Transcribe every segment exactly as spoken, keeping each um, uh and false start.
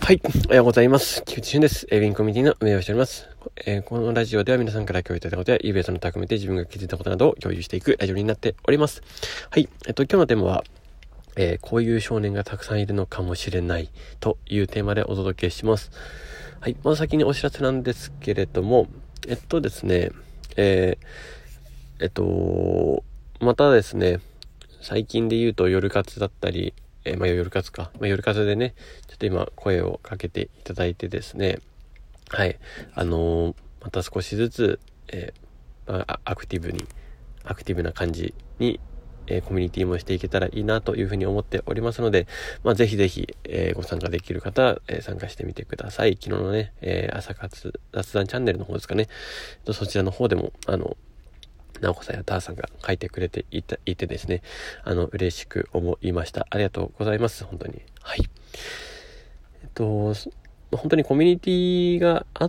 はい、おはようございます。菊池俊です。ウィンコミュニティの運営をしております。えー、このラジオでは皆さんから共有いただいたことや、イーベースの高めて自分が気づいたことなどを共有していくラジオになっております。はい、えっと、今日のテーマは、えー、こういう少年がたくさんいるのかもしれないというテーマでお届けします。はい、まず先にお知らせなんですけれども、えっとですね、えー、えっと、またですね、最近で言うと夜活だったり、えー、まあ夜活か、まあ、夜活でね、ちょっと今声をかけていただいてですね、はい、あのー、また少しずつ、えーまあ、アクティブに、アクティブな感じに、えー、コミュニティもしていけたらいいなというふうに思っておりますので、まあ、ぜひぜひ、えー、ご参加できる方、えー、参加してみてください。昨日のね、えー、朝活雑談チャンネルの方ですかね、そちらの方でも、あの、なおこさんやたーさんが書いてくれていた、いてですね、あの、嬉しく思いました。ありがとうございます。本当に。はい。えっと、本当にコミュニティがあって、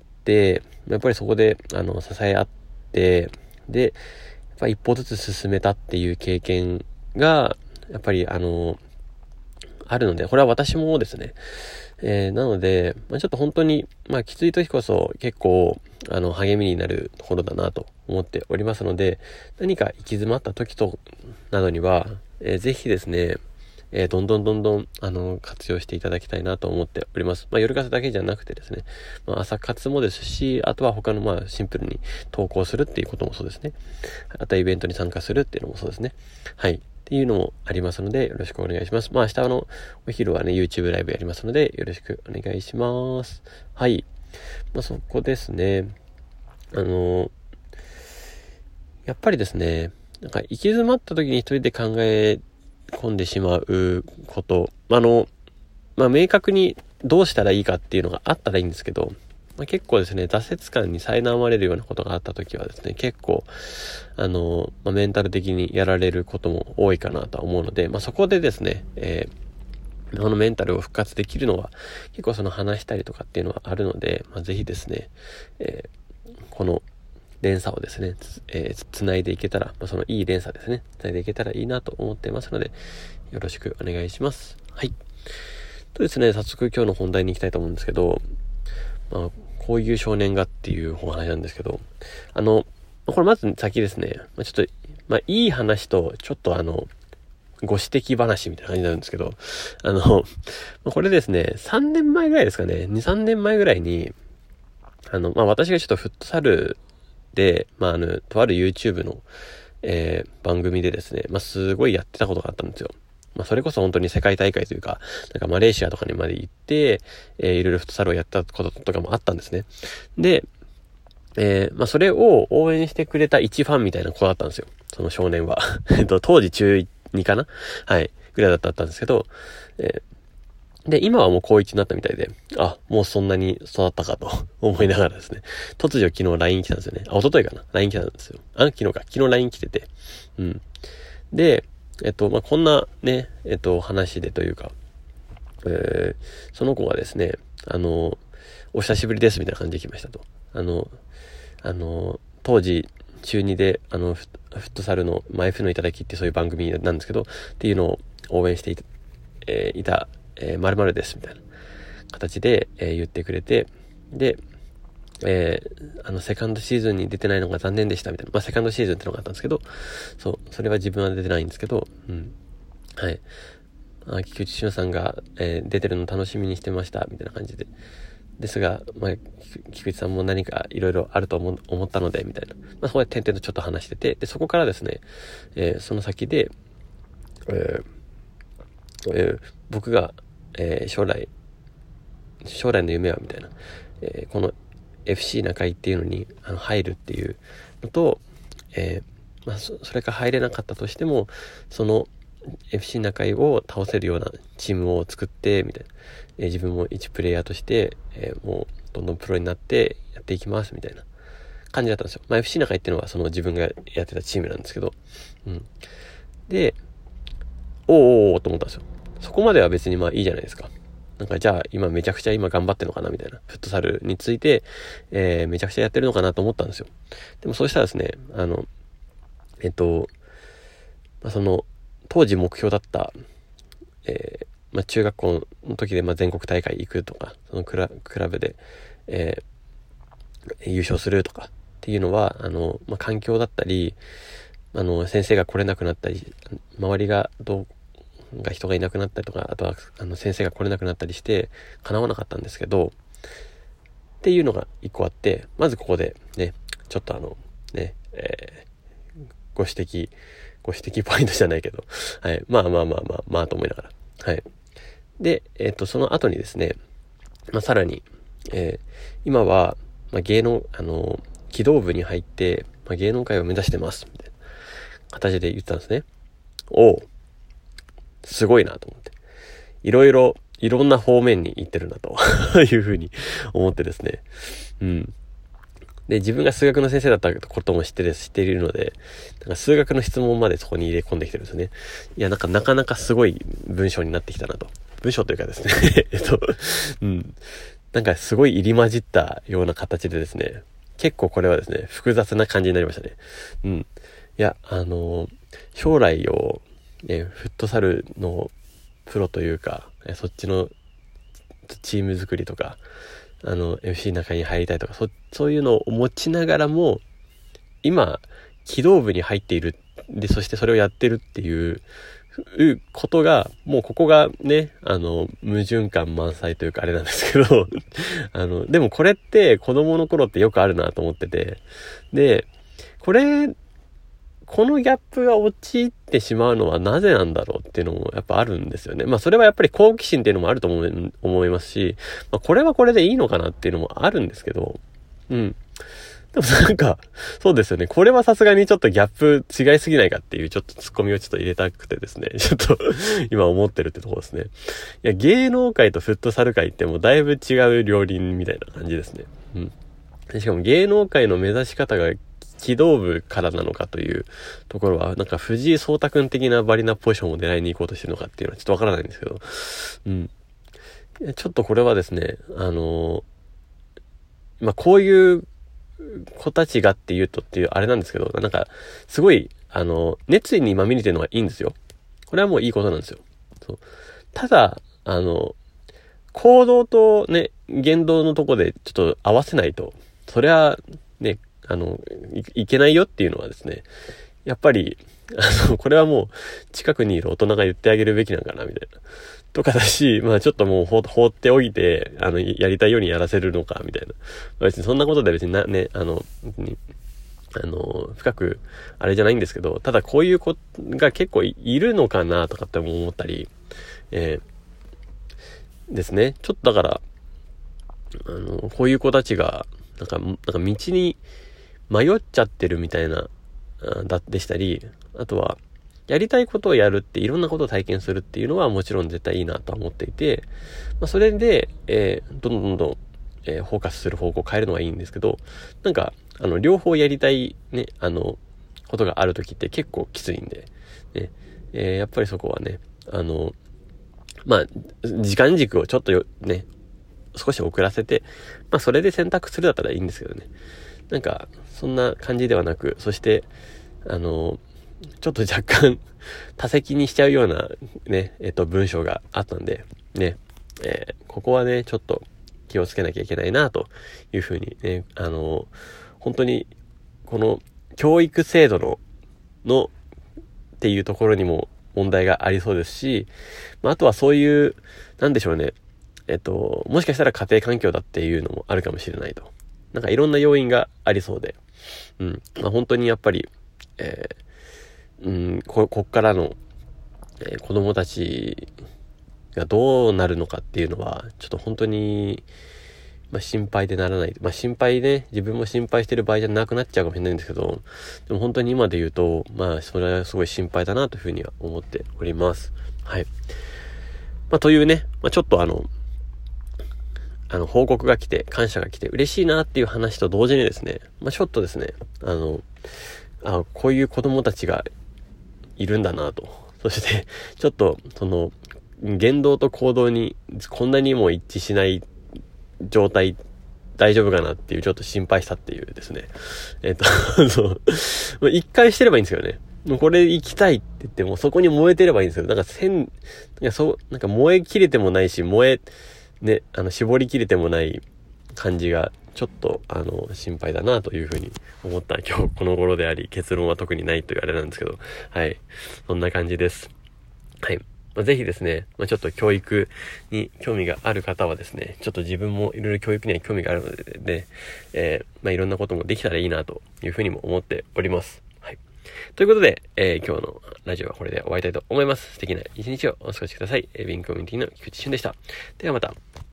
やっぱりそこで、あの、支え合って、で、やっぱり一歩ずつ進めたっていう経験が、やっぱり、あの、あるので、これは私もですね、えー、なので、まあ、ちょっと本当に、まあ、きつい時こそ結構、あの、励みになるところだなと思っておりますので、何か行き詰まった時と、などには、えー、ぜひですね、えー、どんどんどんどん、あの、活用していただきたいなと思っております。まあ、夜活だけじゃなくてですね、まあ、朝活もですし、あとは他の、まあ、シンプルに投稿するっていうこともそうですね。あとはイベントに参加するっていうのもそうですね。はい。っていうのもありますので、よろしくお願いします。まあ、明日のお昼はね、YouTube ライブやりますので、よろしくお願いします。はい。まあ、そこですね。あの、やっぱりですね、なんか行き詰まった時に一人で考え込んでしまうこと、あの、まあ、明確にどうしたらいいかっていうのがあったらいいんですけど、まあ、結構ですね、挫折感に苛まれるようなことがあった時はですね、結構、あの、まあ、メンタル的にやられることも多いかなとは思うので、まあ、そこでですね、えー、このメンタルを復活できるのは、結構その話したりとかっていうのはあるので、まあ、ぜひですね、えー、この連鎖をですね、つ、えー、つないでいけたら、まあ、そのいい連鎖ですね、つないでいけたらいいなと思っていますので、よろしくお願いします。はい。とですね、早速今日の本題に行きたいと思うんですけど、まあ、こういう少年がっていうお話なんですけど、あの、これまず先ですね、まあ、ちょっと、まあ、いい話と、ちょっとあの、ご指摘話みたいな感じになるんですけど、あの、これですね、さんねんまえぐらいですかね、に、さんねんまえぐらいに、あの、まあ、私がちょっとフットサルで、まあ、あの、とある YouTube の、えー、番組でですね、まあ、すごいやってたことがあったんですよ。まあ、それこそ本当に世界大会というか、なんかマレーシアとかにまで行って、えー、いろいろフットサルをやったこととかもあったんですね。で、えー、まあ、それを応援してくれた一ファンみたいな子だったんですよ。その少年は。えっと、当時中にかなはい。ぐらいだったんですけど、えー、で、今はもう高いちになったみたいで、あ、もうそんなに育ったかと思いながらですね、突如昨日 ライン 来たんですよね。あ、一昨日かな ライン 来たんですよ。あ、昨日か。昨日 ライン 来てて。うん。で、えっと、まあ、こんなね、えっと、話でというか、えー、その子がですね、あの、お久しぶりですみたいな感じで来ましたと。あの、あの、当時、中にで、あの、フットサルの、まあ、F のいただきってそういう番組なんですけど、っていうのを応援していた、えー、いた、えー、〇〇ですみたいな形で、えー、言ってくれて、で、えー、あの、セカンドシーズンに出てないのが残念でしたみたいな。まあ、セカンドシーズンってのがあったんですけど、そう、それは自分は出てないんですけど、うん。はい。あ、菊池俊さんが、えー、出てるの楽しみにしてました、みたいな感じで。ですが、まあ、菊池さんも何かいろいろあると思思ったので、みたいな。まあ、そこで点々とちょっと話してて、で、そこからですね、えー、その先で、えーえー、僕が、えー、将来、将来の夢は、みたいな、えー、この エフシー 中井っていうのにあの入るっていうのと、えー、まあそ、それが入れなかったとしても、その エフシー 中井を倒せるようなチームを作って、みたいな、えー、自分も一プレイヤーとして、えー、もうどんどんプロになってやっていきます、みたいな感じだったんですよ。まあ、エフシー 中井っていうのはその自分がやってたチームなんですけど、うん。で、おーおーおーと思ったんですよ。そこまでは別にまあいいじゃないですか。なんかじゃあ今めちゃくちゃ今頑張ってるのかなみたいな。フットサルについて、えー、めちゃくちゃやってるのかなと思ったんですよ。でもそうしたらですね、あの、えっと、まあ、その、当時目標だった、えー、 まあ、中学校の時でまあ全国大会行くとか、そのクラ、クラブで、えー、優勝するとかっていうのは、あの、まあ、環境だったり、あの、先生が来れなくなったり、周りがどう、が人がいなくなったりとか、あとは、あの、先生が来れなくなったりして、叶わなかったんですけど、っていうのが一個あって、まずここでね、ちょっとあの、ね、えー、ご指摘、ご指摘ポイントじゃないけど、はい、まあまあまあまあ、まあと思いながら、はい。で、えっと、その後にですね、まあさらに、えー、今は、まあ、芸能、あの、軌道部に入って、まあ、芸能界を目指してます、みたいな形で言ってたんですね。おう、すごいなと思って。いろいろ、いろんな方面に行ってるなというふうに思ってですね。うん。で、自分が数学の先生だったことも知ってです、知っているので、なんか数学の質問までそこに入れ込んできてるんですよね。いや、なんかなかなかすごい文章になってきたなと。文章というかですね、えっと、うん。なんかすごい入り混じったような形でですね、結構これはですね、複雑な感じになりましたね。うん。いや、あのー、将来を、ね、フットサルのプロというか、そっちのチーム作りとか、あの エフシー の中に入りたいとか、そそういうのを持ちながらも、今軌道部に入っている、でそしてそれをやってるっていうことが、もうここがね、あの矛盾感満載というかあれなんですけどあのでもこれって子供の頃ってよくあるなと思ってて、でこれこのギャップが陥ってしまうのはなぜなんだろうっていうのもやっぱあるんですよね。まあそれはやっぱり好奇心っていうのもあると思い、思いますし、まあこれはこれでいいのかなっていうのもあるんですけど、うん。でもなんか、そうですよね。これはさすがにちょっとギャップ違いすぎないかっていうちょっとツッコミをちょっと入れたくてですね、ちょっと今思ってるってところですね。いや、芸能界とフットサル界ってもうだいぶ違う両輪みたいな感じですね。うん。しかも芸能界の目指し方が軌道部からなのかというところは、なんか藤井聡太くん的なバリなポジションを狙いに行こうとしてるのかっていうのはちょっとわからないんですけど、うん。ちょっとこれはですね、あのー、まあ、こういう子たちがっていうとっていうあれなんですけど、なんか、すごい、あの、熱意にまみれてるのがいいんですよ。これはもういいことなんですよ。そう。ただ、あの、行動とね、言動のとこでちょっと合わせないと、それはね、あのい、いけないよっていうのはですね、やっぱり、あの、これはもう近くにいる大人が言ってあげるべきなんかな、みたいな。とかだし、まあちょっともう放っておいて、あの、やりたいようにやらせるのか、みたいな。別にそんなことで別にな、ね、あの、あの、深く、あれじゃないんですけど、ただこういう子が結構 い, いるのかな、とかって思ったり、えー、ですね。ちょっとだから、あの、こういう子たちが、なんか、なんか道に迷っちゃってるみたいな、だ、でしたり、あとは、やりたいことをやるっていろんなことを体験するっていうのはもちろん絶対いいなと思っていて、まあ、それで、えー、どんどんどんどん、えー、フォーカスする方向を変えるのはいいんですけど、なんか、あの、両方やりたいね、あの、ことがあるときって結構きついんで、ね、えー、やっぱりそこはね、あの、まあ、時間軸をちょっとよ、ね、少し遅らせて、まあそれで選択するだったらいいんですけどね。なんか、そんな感じではなく、そして、あの、ちょっと若干多責にしちゃうようなね、えっと、文章があったんで、ね、えー、ここはね、ちょっと気をつけなきゃいけないな、というふうにね、あの、本当に、この教育制度の、の、っていうところにも問題がありそうですし、まあ、あとはそういう、なんでしょうね、えっと、もしかしたら家庭環境だっていうのもあるかもしれないと。なんかいろんな要因がありそうで。うん。まあ本当にやっぱり、えー、うん、こ、こっからの、えー、子供たちがどうなるのかっていうのは、ちょっと本当に、まあ心配でならない。まあ心配ね、自分も心配してる場合じゃなくなっちゃうかもしれないんですけど、でも本当に今で言うと、まあそれはすごい心配だなというふうには思っております。はい。まあというね、まあちょっとあの、あの、報告が来て、感謝が来て、嬉しいなっていう話と同時にですね、まあ、ちょっとですね、あの、あ、こういう子供たちがいるんだなと。そして、ちょっと、その、言動と行動にこんなにも一致しない状態、大丈夫かなっていう、ちょっと心配したっていうですね。えっと、そう。一回してればいいんですよね。 もうこれ行きたいって言ってもそこに燃えてればいいんですよ。なんか線、なんかそう、なんか燃え切れてもないし、燃え、ね、あの、絞り切れてもない感じが、ちょっと、あの、心配だなというふうに思った今日この頃であり、結論は特にないというあれなんですけど、はい。そんな感じです。はい。まあ、ぜひですね、まあ、ちょっと教育に興味がある方はですね、ちょっと自分もいろいろ教育には興味があるので、ね、えー、まあ、いろんなこともできたらいいなというふうにも思っております。はい。ということで、えー、今日のラジオはこれで終わりたいと思います。素敵な一日をお過ごしください。えー、ビンコミュニティの菊池俊でした。ではまた。